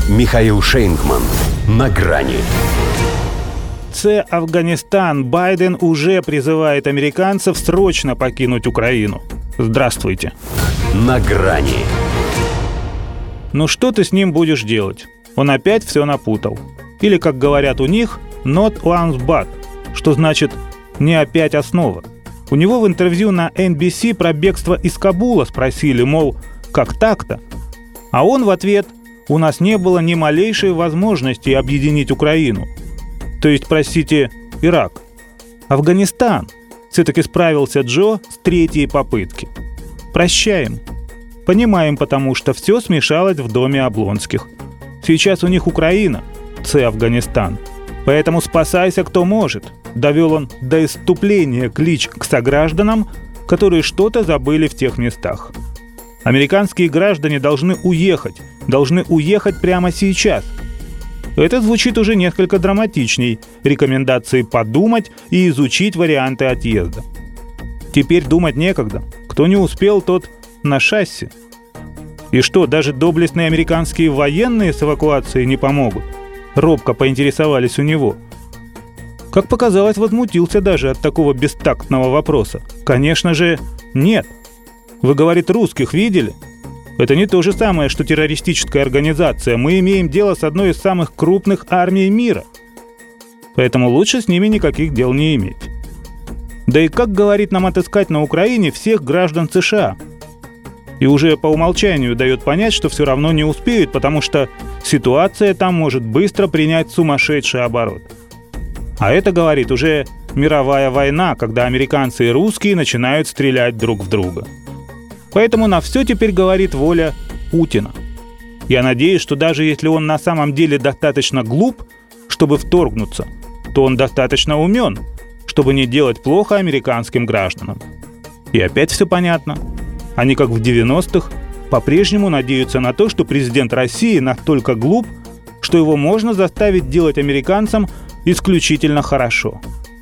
Михаил Шейнгман. На грани. Афганистан. Байден уже призывает американцев срочно покинуть Украину. Здравствуйте. На грани. Ну что ты с ним будешь делать? Он опять все напутал. Или, как говорят у них, not once but, что значит «не опять основа». У него в интервью на NBC про бегство из Кабула спросили, мол, как так-то? А он в ответ: у нас не было ни малейшей возможности объединить Украину. То есть, простите, Ирак. Афганистан. Все-таки справился Джо с третьей попытки. Прощаем. Понимаем, потому что все смешалось в доме Облонских. Сейчас у них Украина, Афганистан. Поэтому спасайся, кто может. Довел он до исступления клич к согражданам, которые что-то забыли в тех местах. Американские граждане должны уехать прямо сейчас. Это звучит уже несколько драматичней рекомендации подумать и изучить варианты отъезда. Теперь думать некогда. Кто не успел, тот на шасси. И что, даже доблестные американские военные с эвакуацией не помогут? Робко поинтересовались у него. Как показалось, возмутился даже от такого бестактного вопроса. Конечно же, нет. Вы, говорит, русских видели? Это не то же самое, что террористическая организация. Мы имеем дело с одной из самых крупных армий мира. Поэтому лучше с ними никаких дел не иметь. Да и как, говорит, нам отыскать на Украине всех граждан США? И уже по умолчанию дает понять, что все равно не успеют, потому что ситуация там может быстро принять сумасшедший оборот. А это, говорит, уже мировая война, когда американцы и русские начинают стрелять друг в друга. Поэтому на все теперь, говорит, воля Путина. Я надеюсь, что даже если он на самом деле достаточно глуп, чтобы вторгнуться, то он достаточно умен, чтобы не делать плохо американским гражданам. И опять все понятно. Они, как в 90-х, по-прежнему надеются на то, что президент России настолько глуп, что его можно заставить делать американцам исключительно хорошо.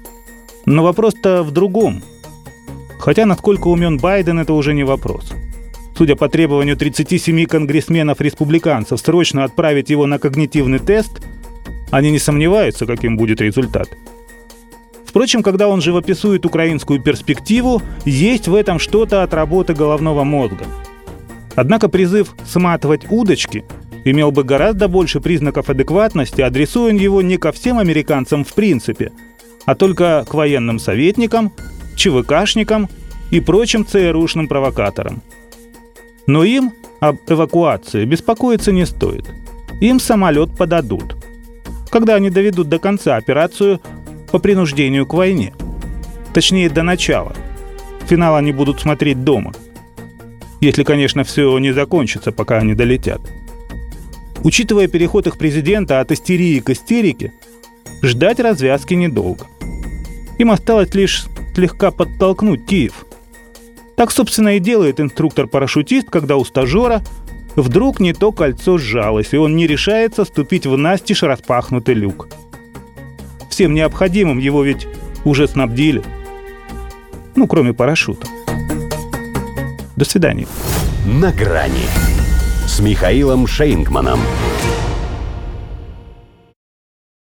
Но вопрос-то в другом. Хотя насколько умен Байден, это уже не вопрос. Судя по требованию 37 конгрессменов-республиканцев срочно отправить его на когнитивный тест, они не сомневаются, каким будет результат. Впрочем, когда он живописует украинскую перспективу, есть в этом что-то от работы головного мозга. Однако призыв сматывать удочки имел бы гораздо больше признаков адекватности, адресуя его не ко всем американцам в принципе, а только к военным советникам, ЧВКшникам и прочим ЦРУшным провокаторам. Но им об эвакуации беспокоиться не стоит. Им самолет подадут, когда они доведут до конца операцию по принуждению к войне. Точнее, до начала. Финал они будут смотреть дома. Если, конечно, все не закончится, пока они долетят. Учитывая переход их президента от истерии к истерике, ждать развязки недолго. Им осталось лишь слегка подтолкнуть Киев. Так, собственно, и делает инструктор-парашютист, когда у стажера вдруг не то кольцо сжалось, и он не решается ступить в настежь распахнутый люк. Всем необходимым его ведь уже снабдили. Ну, кроме парашюта. До свидания. На грани с Михаилом Шейнгманом.